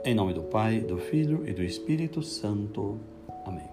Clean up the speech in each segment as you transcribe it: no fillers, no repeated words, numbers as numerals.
Em nome do Pai, do Filho e do Espírito Santo. Amém.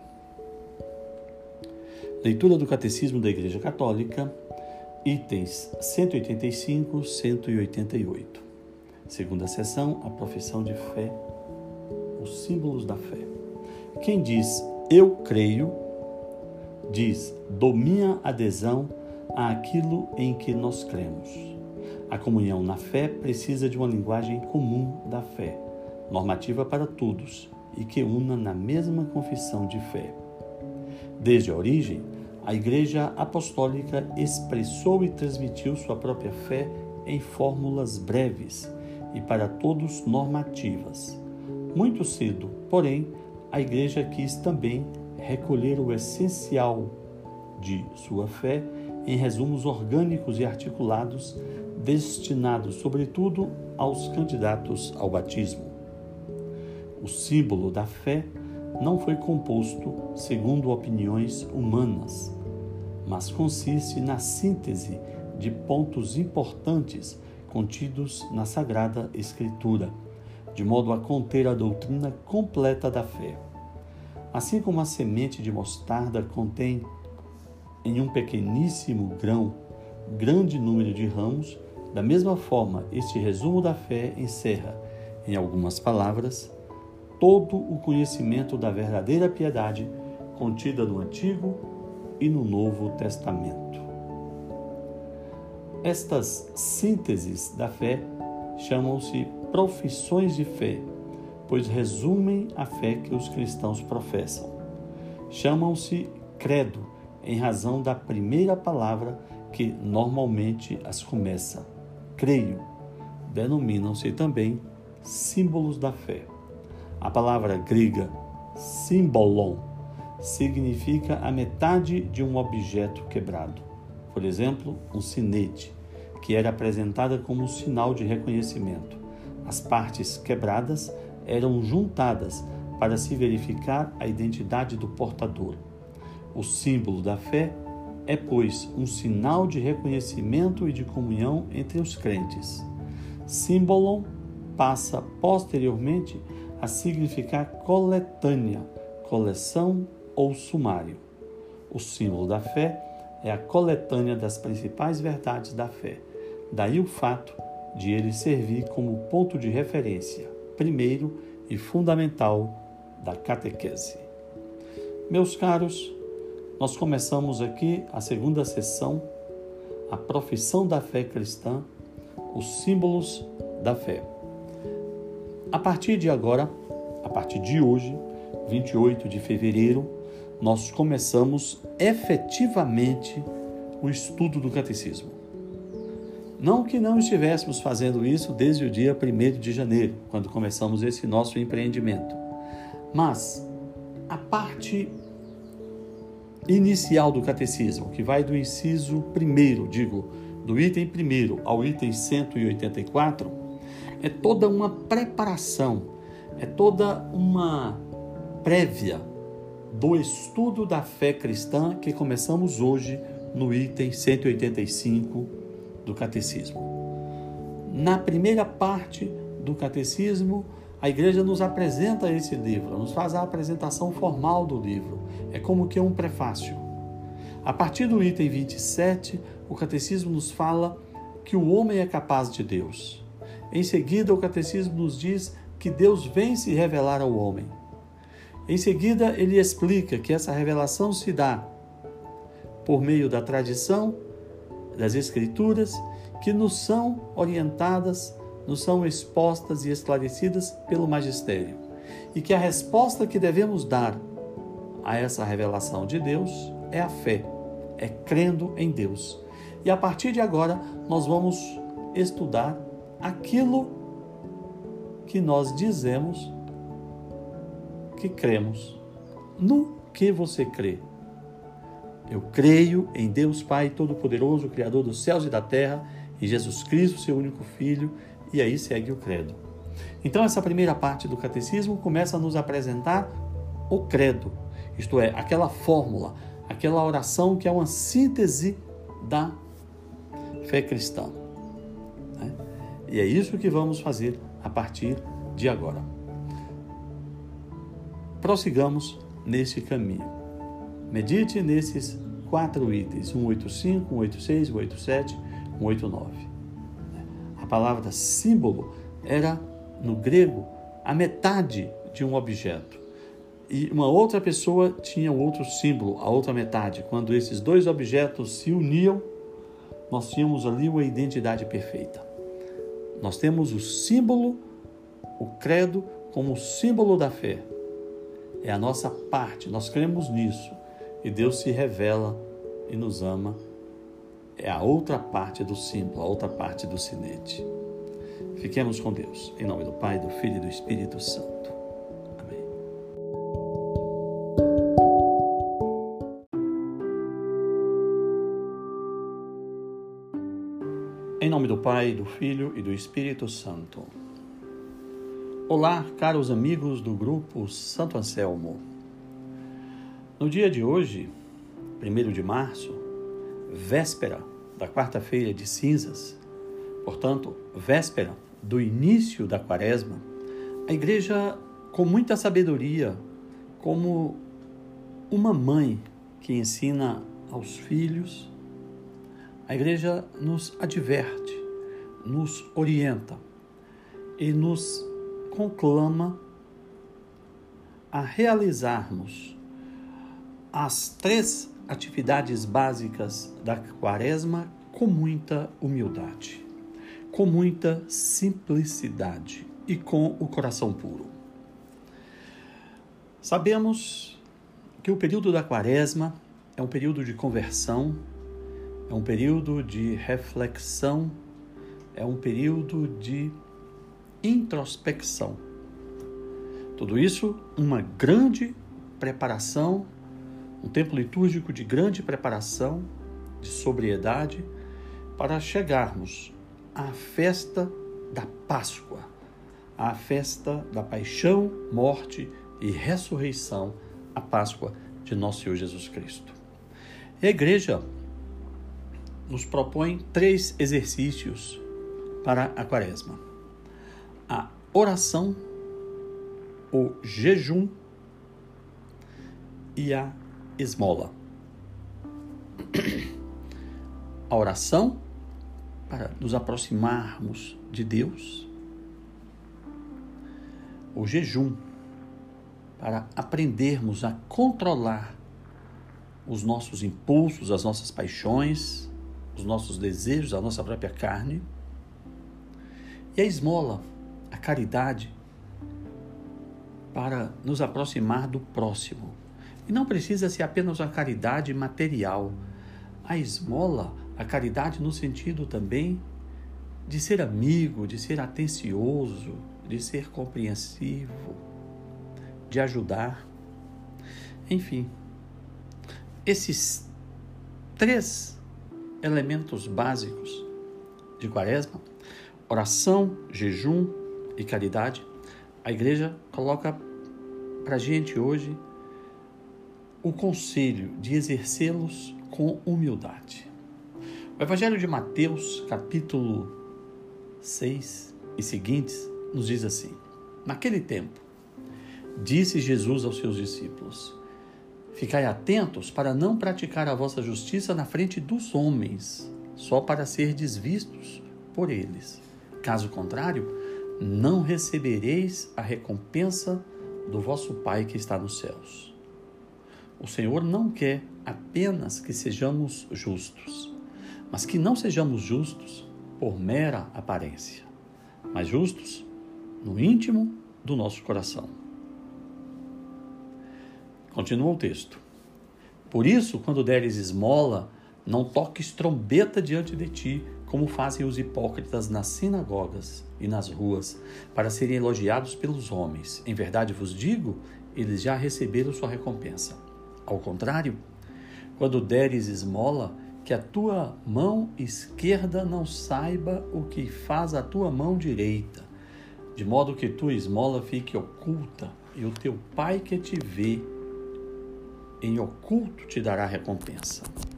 Leitura do Catecismo da Igreja Católica, itens 185 e 188. Segunda seção, a profissão de fé, os símbolos da fé. Quem diz eu creio, diz dou minha adesão àquilo em que nós cremos. A comunhão na fé precisa de uma linguagem comum da fé, normativa para todos e que una na mesma confissão de fé. Desde a origem, a Igreja Apostólica expressou e transmitiu sua própria fé em fórmulas breves e para todos normativas. Muito cedo, porém, a Igreja quis também recolher o essencial de sua fé em resumos orgânicos e articulados, destinados, sobretudo, aos candidatos ao batismo. O símbolo da fé não foi composto segundo opiniões humanas, mas consiste na síntese de pontos importantes contidos na Sagrada Escritura, de modo a conter a doutrina completa da fé. Assim como a semente de mostarda contém em um pequeníssimo grão grande número de ramos, da mesma forma, este resumo da fé encerra, em algumas palavras, todo o conhecimento da verdadeira piedade contida no Antigo e no Novo Testamento. Estas sínteses da fé chamam-se profissões de fé, pois resumem a fé que os cristãos professam. Chamam-se credo, em razão da primeira palavra que normalmente as começa, creio. Denominam-se também símbolos da fé. A palavra grega symbolon significa a metade de um objeto quebrado. Por exemplo, um sinete, que era apresentada como um sinal de reconhecimento. As partes quebradas eram juntadas para se verificar a identidade do portador. O símbolo da fé é, pois, um sinal de reconhecimento e de comunhão entre os crentes. Symbolon passa posteriormente a significar coletânea, coleção ou sumário. O símbolo da fé é a coletânea das principais verdades da fé. Daí o fato de ele servir como ponto de referência, primeiro e fundamental da catequese. Meus caros, nós começamos aqui a segunda sessão, a profissão da fé cristã, os símbolos da fé. A partir de agora, a partir de hoje, 28 de fevereiro, nós começamos efetivamente o estudo do catecismo. Não que não estivéssemos fazendo isso desde o dia 1º de janeiro, quando começamos esse nosso empreendimento. Mas a parte inicial do catecismo, que vai do inciso 1º, do item 1º ao item 184, é toda uma preparação, é toda uma prévia do estudo da fé cristã que começamos hoje no item 185 do catecismo. Na primeira parte do catecismo, a Igreja nos apresenta esse livro, nos faz a apresentação formal do livro. É como que um prefácio. A partir do item 27, o catecismo nos fala que o homem é capaz de Deus. Em seguida, o catecismo nos diz que Deus vem se revelar ao homem. Em seguida, ele explica que essa revelação se dá por meio da tradição, das Escrituras, que nos são orientadas, nos são expostas e esclarecidas pelo magistério. E que a resposta que devemos dar a essa revelação de Deus é a fé, é crendo em Deus. E a partir de agora, nós vamos estudar aquilo que nós dizemos que cremos. No que você crê? Eu creio em Deus Pai Todo-Poderoso, Criador dos céus e da terra, em Jesus Cristo, seu único Filho, e aí segue o credo. Então, essa primeira parte do catecismo começa a nos apresentar o credo, isto é, aquela fórmula, aquela oração que é uma síntese da fé cristã. E é isso que vamos fazer a partir de agora. prossigamos neste caminho. Medite nesses 4 itens, 185, 186, 187, 189. A palavra símbolo era, no grego, a metade de um objeto. E uma outra pessoa tinha outro símbolo, a outra metade. Quando esses 2 objetos se uniam, nós tínhamos ali uma identidade perfeita. Nós temos o símbolo, o credo, como símbolo da fé. É a nossa parte, nós cremos nisso. E Deus se revela e nos ama. É a outra parte do símbolo, a outra parte do sinete. Fiquemos com Deus. Em nome do Pai, do Filho e do Espírito Santo. Amém. Em nome do Pai, do Filho e do Espírito Santo. Olá, caros amigos do grupo Santo Anselmo. No dia de hoje, 1º de março, véspera da quarta-feira de cinzas, portanto, véspera do início da quaresma, a igreja, com muita sabedoria, como uma mãe que ensina aos filhos, a igreja nos adverte, nos orienta e nos conclama a realizarmos as 3 atividades básicas da quaresma com muita humildade, com muita simplicidade e com o coração puro. Sabemos que o período da quaresma é um período de conversão, é um período de reflexão, é um período de introspecção. Tudo isso, uma grande preparação, um tempo litúrgico de grande preparação, de sobriedade, para chegarmos à festa da Páscoa, à festa da paixão, morte e ressurreição, a Páscoa de nosso Senhor Jesus Cristo. E a igreja nos propõe 3 exercícios para a quaresma: a oração, o jejum e a esmola. A oração, para nos aproximarmos de Deus. O jejum, para aprendermos a controlar os nossos impulsos, as nossas paixões, os nossos desejos, a nossa própria carne. E a esmola, a caridade, para nos aproximar do próximo. E não precisa ser apenas uma caridade material. A esmola, a caridade no sentido também de ser amigo, de ser atencioso, de ser compreensivo, de ajudar. Enfim, esses 3 elementos básicos de quaresma, oração, jejum e caridade, a igreja coloca para a gente hoje o conselho de exercê-los com humildade. O Evangelho de Mateus, capítulo 6 e seguintes, nos diz assim: naquele tempo, disse Jesus aos seus discípulos: ficai atentos para não praticar a vossa justiça na frente dos homens, só para serdes vistos por eles. Caso contrário, não recebereis a recompensa do vosso Pai que está nos céus. O Senhor não quer apenas que sejamos justos, mas que não sejamos justos por mera aparência, mas justos no íntimo do nosso coração. Continua o texto. Por isso, quando deres esmola, não toques trombeta diante de ti, como fazem os hipócritas nas sinagogas e nas ruas, para serem elogiados pelos homens. Em verdade vos digo, eles já receberam sua recompensa. Ao contrário, quando deres esmola, que a tua mão esquerda não saiba o que faz a tua mão direita, de modo que tua esmola fique oculta, e o teu Pai que te vê em oculto te dará recompensa.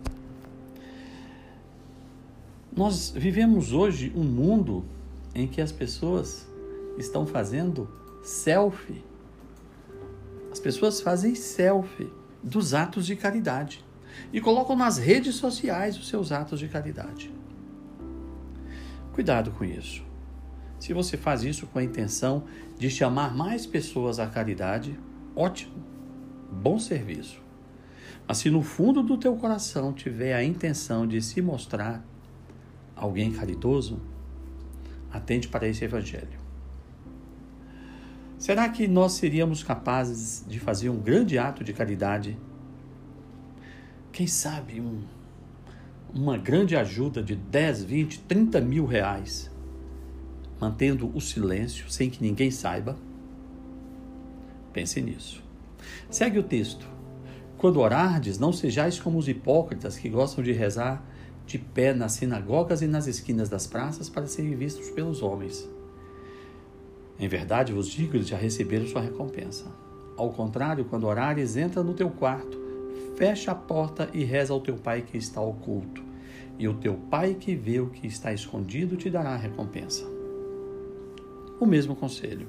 Nós vivemos hoje um mundo em que as pessoas estão fazendo selfie. As pessoas fazem selfie dos atos de caridade e colocam nas redes sociais os seus atos de caridade. Cuidado com isso. Se você faz isso com a intenção de chamar mais pessoas à caridade, ótimo, bom serviço. Mas se no fundo do teu coração tiver a intenção de se mostrar alguém caridoso, atente para esse evangelho. Será que nós seríamos capazes de fazer um grande ato de caridade? Quem sabe uma grande ajuda de 10, 20, 30 mil reais, mantendo o silêncio, sem que ninguém saiba? Pense nisso. Segue o texto. Quando orardes, não sejais como os hipócritas que gostam de rezar de pé nas sinagogas e nas esquinas das praças para serem vistos pelos homens. Em verdade vos digo, eles já receberam sua recompensa. Ao contrário, quando orares, entra no teu quarto, fecha a porta e reza ao teu Pai que está oculto. E o teu Pai que vê o que está escondido te dará a recompensa. O mesmo conselho.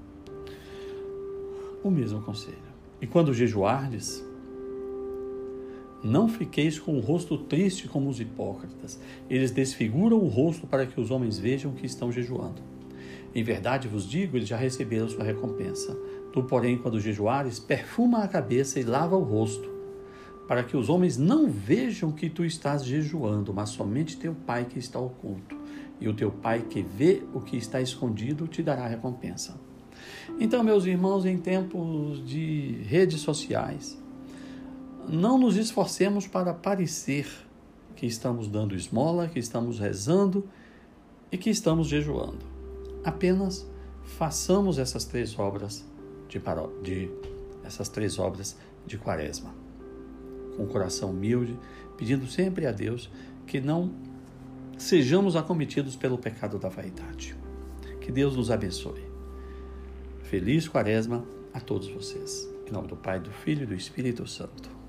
O mesmo conselho. E quando jejuardes, não fiqueis com o rosto triste como os hipócritas. Eles desfiguram o rosto para que os homens vejam que estão jejuando. Em verdade vos digo, eles já receberam sua recompensa. Tu, porém, quando jejuares, perfuma a cabeça e lava o rosto, para que os homens não vejam que tu estás jejuando, mas somente teu Pai que está oculto. E o teu Pai que vê o que está escondido te dará a recompensa. Então, meus irmãos, em tempos de redes sociais, não nos esforcemos para parecer que estamos dando esmola, que estamos rezando e que estamos jejuando. Apenas façamos essas três obras de Quaresma, com o coração humilde, pedindo sempre a Deus que não sejamos acometidos pelo pecado da vaidade. Que Deus nos abençoe. Feliz Quaresma a todos vocês. Em nome do Pai, do Filho e do Espírito Santo.